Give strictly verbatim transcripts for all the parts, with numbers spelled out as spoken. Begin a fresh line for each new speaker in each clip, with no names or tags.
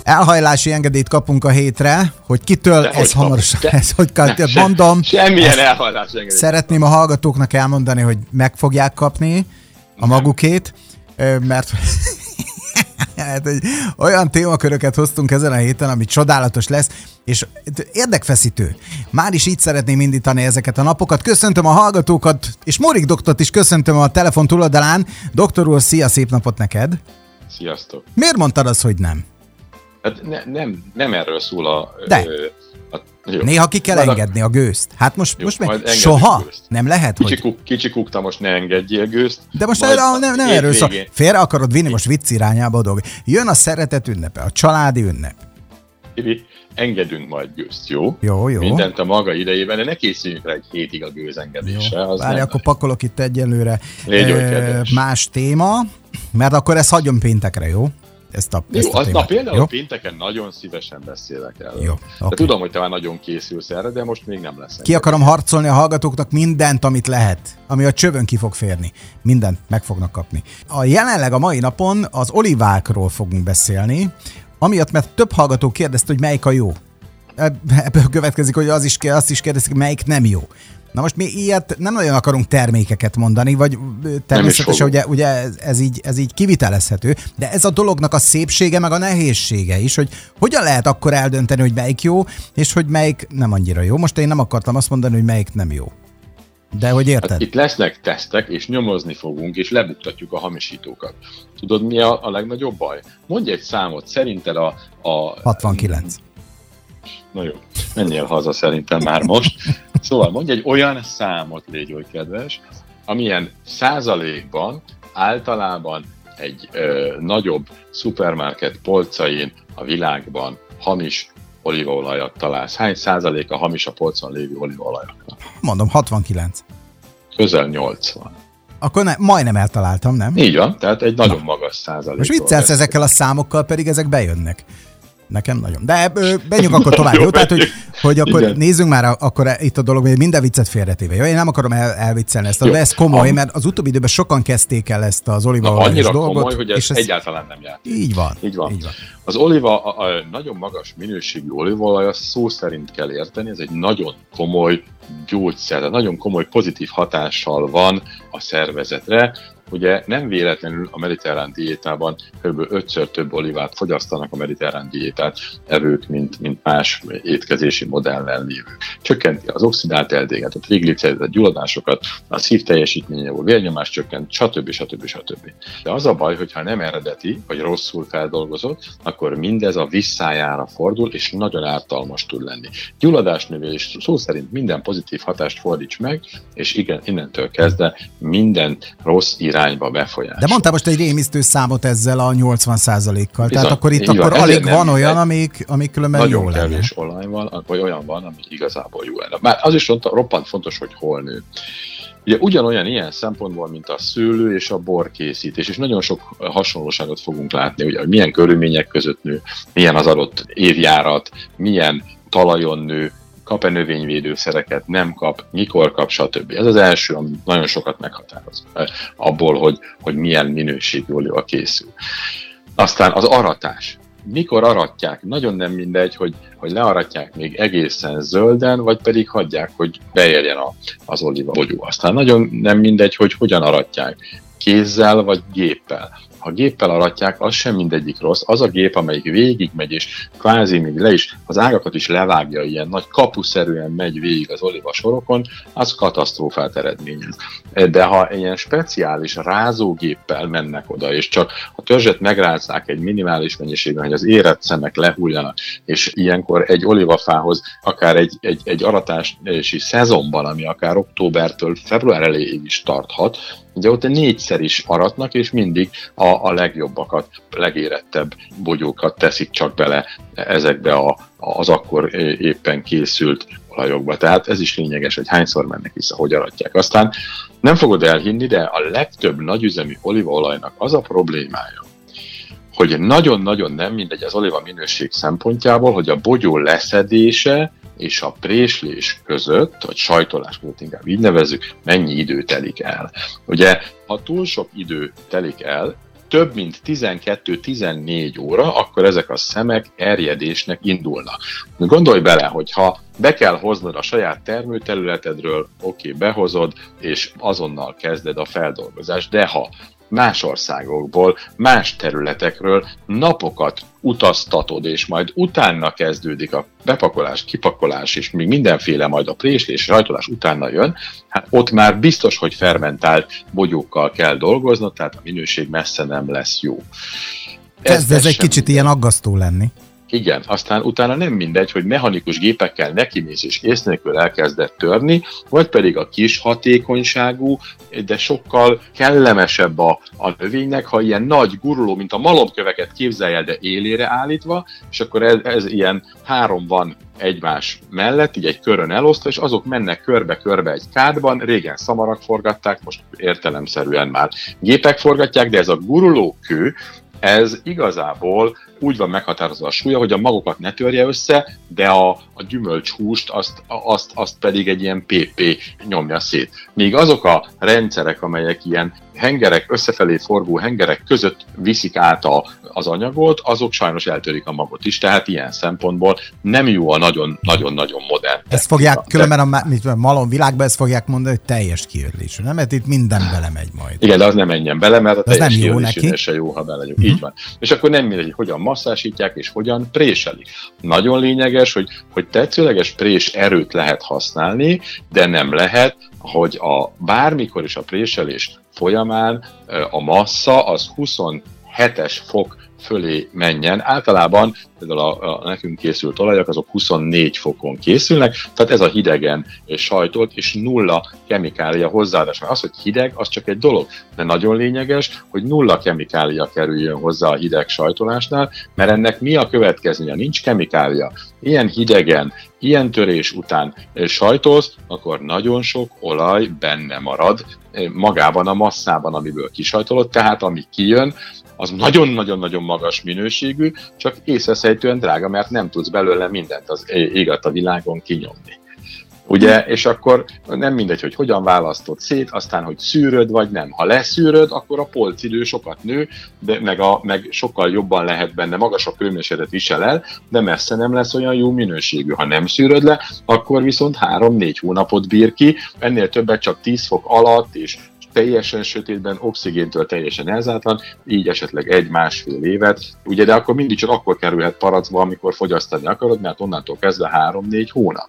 elhajlási engedélyt kapunk a hétre, hogy kitől
de
ez
hogy
hamarosan
de,
lesz, hogy kell,
ne,
mondom.
Se, semmilyen elhajlási engedélyt.
Szeretném a hallgatóknak elmondani, hogy meg fogják kapni a magukét, mert hát, olyan témaköröket hoztunk ezen a héten, ami csodálatos lesz, és érdekfeszítő. Már is így szeretném indítani ezeket a napokat. Köszöntöm a hallgatókat, és Mórik doktort is köszöntöm a telefon túloldalán. Doktor úr, szia, szép napot neked!
Sziasztok!
Miért mondtad azt, hogy nem?
Hát ne, nem, nem erről szól a...
De.
Ö, a jó.
Néha ki kell
Majd
engedni a gőzt. Hát most,
jó,
most meg
soha
gőzt. Nem lehet,
kicsi,
hogy...
Kuk, kicsi kukta, most ne engedjél gőzt.
De most nem, nem, nem erről szól.
Végén...
Félre akarod vinni most vicc irányába a dolog. Jön a szeretet ünnepe, a családi ünnep.
Ibi, engedünk majd gőzt, jó?
Jó, jó.
Mindent a maga idejében, de ne készüljünk rá egy hétig a gőzengedésre.
Várj, akkor pakolok itt egyelőre
Légy
e, más téma, mert akkor ezt hagyom péntekre, jó? Ezt a,
jó,
ezt a
az, na például
jó?
pénteken nagyon szívesen beszélek el.
Jó, okay.
Tudom, hogy te már nagyon készülsz erre, de most még nem lesz.
Ki akarom harcolni a hallgatóknak mindent, amit lehet, ami a csövön ki fog férni. Mindent meg fognak kapni. A jelenleg a mai napon az olivákról fogunk beszélni, amiatt, mert több hallgató kérdezte, hogy melyik a jó. Ebből következik, hogy az is, azt is kérdezik, melyik nem jó. Na most mi ilyet nem nagyon akarunk termékeket mondani, vagy természetesen ugye, ugye ez, ez, így, ez így kivitelezhető, de ez a dolognak a szépsége, meg a nehézsége is, hogy hogyan lehet akkor eldönteni, hogy melyik jó, és hogy melyik nem annyira jó. Most én nem akartam azt mondani, hogy melyik nem jó. De hogy érted?
Hát itt lesznek tesztek, és nyomozni fogunk, és lebuktatjuk a hamisítókat. Tudod, mi a, a legnagyobb baj? Mondj egy számot, szerinted a... a
hatvankilenc.
Na jó, menjél haza szerintem már most. Szóval mondj egy olyan számot, légy oly kedves, amilyen százalékban általában egy ö, nagyobb szupermarket polcain a világban hamis olívaolajat találsz. Hány százalék a hamis a polcon lévő olívaolajaknak?
Mondom, hatvankilenc.
Közel nyolcvan.
Akkor ne, majdnem eltaláltam, nem?
Így van, tehát egy nagyon Na. magas százalék.
Most viccelsz ezekkel a számokkal, pedig ezek bejönnek. Nekem nagyon. De menjünk akkor tovább, jó? Tehát, hogy, hogy akkor igen. Nézzünk már a, akkor itt a dolog, hogy minden viccet félretéve. Jó? Én nem akarom el, elviccelni ezt, de ez komoly, mert az utóbbi időben sokan kezdték el ezt az olívaolajos dolgot.
Annyira komoly, hogy ez, ez egyáltalán nem játék.
Így van.
Így van.
Így van.
Az oliva, a, a nagyon magas minőségű olívaolaj, azt szó szerint kell érteni, ez egy nagyon komoly gyógyszer, nagyon komoly pozitív hatással van a szervezetre. Ugye nem véletlenül a mediterrán diétában kb. ötször több olivát fogyasztanak a mediterrán diétát evők, mint, mint más étkezési modellen lévők. Csökkenti az oxidált eldéget, a trigliceridet, gyulladásokat, a szív teljesítménye, a vérnyomás csökkent, stb. stb. stb. De az a baj, hogyha nem eredeti, vagy rosszul feldolgozott, akkor mindez a visszájára fordul, és nagyon ártalmas tud lenni. Gyulladásnövelés szó szerint minden pozitív hatást fordíts meg, és igen, innentől kezdve minden rossz irányba befolyás.
De mondtál most egy rémisztő számot ezzel a nyolcvan százalékkal.
Bizony,
Tehát akkor itt
akkor
van, alig van olyan, amik, amik különben jó lenne.
Nagyon kevés olaj van, vagy olyan van, ami igazából jó lenne. Már az is roppant fontos, hogy hol nő. Ugye ugyanolyan ilyen szempontból, mint a szőlő és a borkészítés, és nagyon sok hasonlóságot fogunk látni, ugye, hogy milyen körülmények között nő, milyen az adott évjárat, milyen talajon nő, kap-e növényvédőszereket, nem kap, mikor kap, stb. Ez az első, ami nagyon sokat meghatároz abból, hogy, hogy milyen minőségű olíva készül. Aztán az aratás. Mikor aratják? Nagyon nem mindegy, hogy, hogy learatják még egészen zölden, vagy pedig hagyják, hogy beérjen a, az olíva bogyó. Aztán nagyon nem mindegy, hogy hogyan aratják. Kézzel vagy géppel. Ha géppel aratják, az sem mindegyik rossz. Az a gép, amelyik végigmegy, és kvázi még le is, az ágakat is levágja, ilyen nagy kapuszerűen megy végig az oliva sorokon, az katasztrófát eredményez. De ha ilyen speciális rázógéppel mennek oda, és csak a törzset megrázzák egy minimális mennyiségben, hogy az érett szemek lehuljanak, és ilyenkor egy olivafához akár egy, egy, egy aratási szezonban, ami akár októbertől február elejéig is tarthat, ugye ott négyszer is aratnak, és mindig a, a legjobbakat, legérettebb bogyókat teszik csak bele ezekbe a, az akkor éppen készült olajokba. Tehát ez is lényeges, hogy hányszor mennek vissza, hogy aratják. Aztán nem fogod elhinni, de a legtöbb nagyüzemű olívaolajnak az a problémája, hogy nagyon-nagyon nem mindegy az oliva minőség szempontjából, hogy a bogyó leszedése és a préslés között, vagy sajtolás között inkább így nevezzük, mennyi idő telik el. Ugye, ha túl sok idő telik el, több mint tizenkettő-tizennégy óra, akkor ezek a szemek erjedésnek indulnak. Gondolj bele, hogy ha be kell hoznod a saját termőterületedről, oké, okay, behozod, és azonnal kezded a feldolgozást, de ha más országokból, más területekről napokat utaztatod, és majd utána kezdődik a bepakolás, kipakolás, és még mindenféle majd a préslés, rajtolás utána jön, hát ott már biztos, hogy fermentált bogyókkal kell dolgoznod, tehát a minőség messze nem lesz jó.
Kezd ez, ez egy kicsit ilyen aggasztó lenni.
Igen, aztán utána nem mindegy, hogy mechanikus gépekkel nekimész és ész nélkül elkezdett törni, vagy pedig a kis hatékonyságú, de sokkal kellemesebb a, a növénynek, ha ilyen nagy guruló, mint a malomköveket képzelj el, de élére állítva, és akkor ez, ez ilyen három van egymás mellett, így egy körön elosztva, és azok mennek körbe-körbe egy kádban, régen szamarak forgatták, most értelemszerűen már gépek forgatják, de ez a guruló kő, ez igazából úgy van meghatározva a súlya, hogy a magokat ne törje össze, de a, a gyümölcshúst azt, azt, azt pedig egy ilyen pé pé nyomja szét. Míg azok a rendszerek, amelyek ilyen hengerek, összefelé forgó hengerek között viszik át a, az anyagot, azok sajnos eltörik a magot is, tehát ilyen szempontból nem jó a nagyon-nagyon-nagyon modern.
Ezt fogják, különben a, a malom világban ezt fogják mondani, hogy teljes kiörlésű, nem? Mert itt minden belemegy majd.
Igen, de az nem menjen bele, mert a teljes kiörlésűnél se jó, ha belegyünk. Uh-huh. Így van. És akkor nem mindegy, hogy hogyan masszásítják és hogyan préselik. Nagyon lényeges, hogy, hogy tetszőleges prés erőt lehet használni, de nem lehet, hogy a bármikor is a préselés folyamán a massza az huszonhetes fok fölé menjen. Általában például a, a nekünk készült olajak azok huszonnégy fokon készülnek, tehát ez a hidegen sajtolt és nulla kemikália hozzáadás. Az, hogy hideg, az csak egy dolog, de nagyon lényeges, hogy nulla kemikália kerüljön hozzá a hideg sajtolásnál, mert ennek mi a következménye? Nincs kemikália. Ilyen hidegen, ilyen törés után sajtolsz, akkor nagyon sok olaj benne marad magában a masszában, amiből kisajtolod, tehát ami kijön, az nagyon-nagyon-nagyon magas minőségű, csak észreszejtően drága, mert nem tudsz belőle mindent az égat a világon kinyomni. Ugye, és akkor nem mindegy, hogy hogyan választod szét, aztán, hogy szűröd vagy nem. Ha leszűröd, akkor a polcidő sokat nő, de meg, a, meg sokkal jobban lehet benne, magasabb hőmérsékletet visel el, de messze nem lesz olyan jó minőségű. Ha nem szűröd le, akkor viszont három-négy hónapot bír ki, ennél többet csak tíz fok alatt, és teljesen sötétben, oxigéntől teljesen elzártlan, így esetleg egy-másfél évet, ugye, de akkor mindig csak akkor kerülhet paracba, amikor fogyasztani akarod, mert onnantól kezdve három-négy hónap.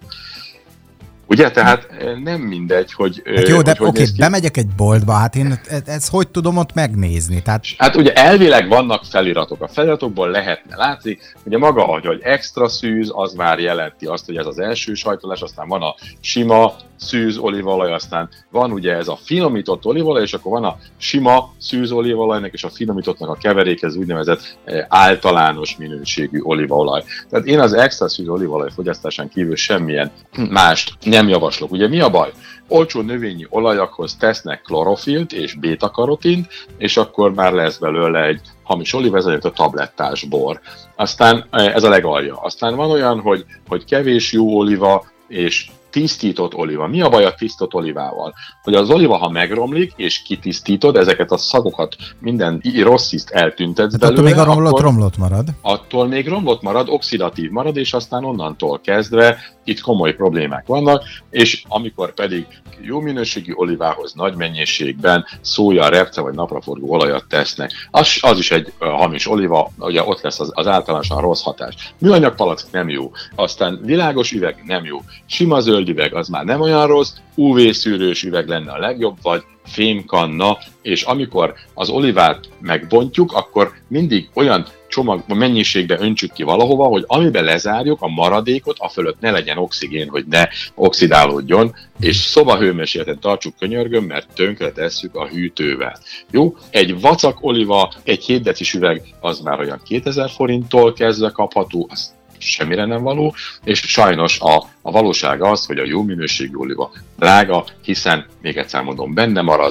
Ugye, tehát nem mindegy, hogy...
Hát jó,
hogy,
de
hogy
oké, bemegyek egy boltba, hát én ezt hogy tudom ott megnézni? Tehát...
Hát ugye elvileg vannak feliratok. A feliratokból lehetne látni, ugye maga, hogy extra szűz, az már jelenti azt, hogy ez az első sajtolás, aztán van a sima szűz olívaolaj, aztán van ugye ez a finomított olívaolaj, és akkor van a sima szűz olívaolajnak és a finomítottnak a keverék, ez úgynevezett általános minőségű olívaolaj. Tehát én az extra szűz olívaolaj fogyasztásán kívül semmilyen mást nem javaslok. Ugye mi a baj? Olcsó növényi olajakhoz tesznek klorofilt és bétakarotint, és akkor már lesz belőle egy hamis olíva, ez a tablettás bor. Aztán ez a legalja. Aztán van olyan, hogy, hogy kevés jó olíva és tisztított olíva. Mi a baj a tisztított olívával? Hogy az olíva, ha megromlik, és kitisztítod, ezeket a szagokat, minden rossz ízt eltüntetsz
hát
belőle.
Attól még a romlott, romlott marad.
Attól még romlott marad, oxidatív marad, és aztán onnantól kezdve itt komoly problémák vannak, és amikor pedig jó minőségű olivához nagy mennyiségben szója, repce vagy napraforgó olajat tesznek, az, az is egy hamis oliva, ugye ott lesz az, az általánosan rossz hatás. Műanyag palack nem jó, aztán világos üveg nem jó, sima zöld üveg az már nem olyan rossz, ú vé-szűrős üveg lenne a legjobb, vagy fémkanna, és amikor az olivát megbontjuk, akkor mindig olyan csomag mennyiségbe öntsük ki valahova, hogy amiben lezárjuk a maradékot, a fölött ne legyen oxigén, hogy ne oxidálódjon, és szobahőmérsékleten tartsuk, könyörgöm, mert tönkre tesszük a hűtővel. Jó? Egy vacak oliva, egy hét decis üveg, az már olyan kétezer forinttól kezdve kapható, az semmire nem való, és sajnos a, a valóság az, hogy a jó minőségű oliva drága, hiszen, még egyszer mondom, benne marad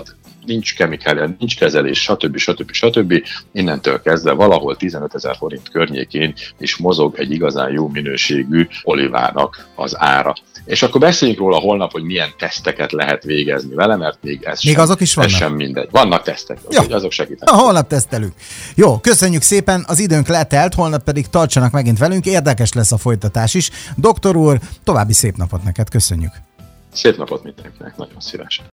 nincs kemikália, nincs kezelés, stb. stb. stb. Innentől kezdve valahol tizenötezer forint környékén is mozog egy igazán jó minőségű olivának az ára. És akkor beszéljünk róla holnap, hogy milyen teszteket lehet végezni vele, mert még ez,
még
sem,
azok is vannak.
Ez sem mindegy. Vannak tesztek,
ja.
azok segítenek.
Na, holnap tesztelünk. Jó, köszönjük szépen, az időnk letelt, holnap pedig tartsanak megint velünk, érdekes lesz a folytatás is. Doktor úr, további szép napot neked, köszönjük.
Szép napot mindenkinek, nagyon szívesen.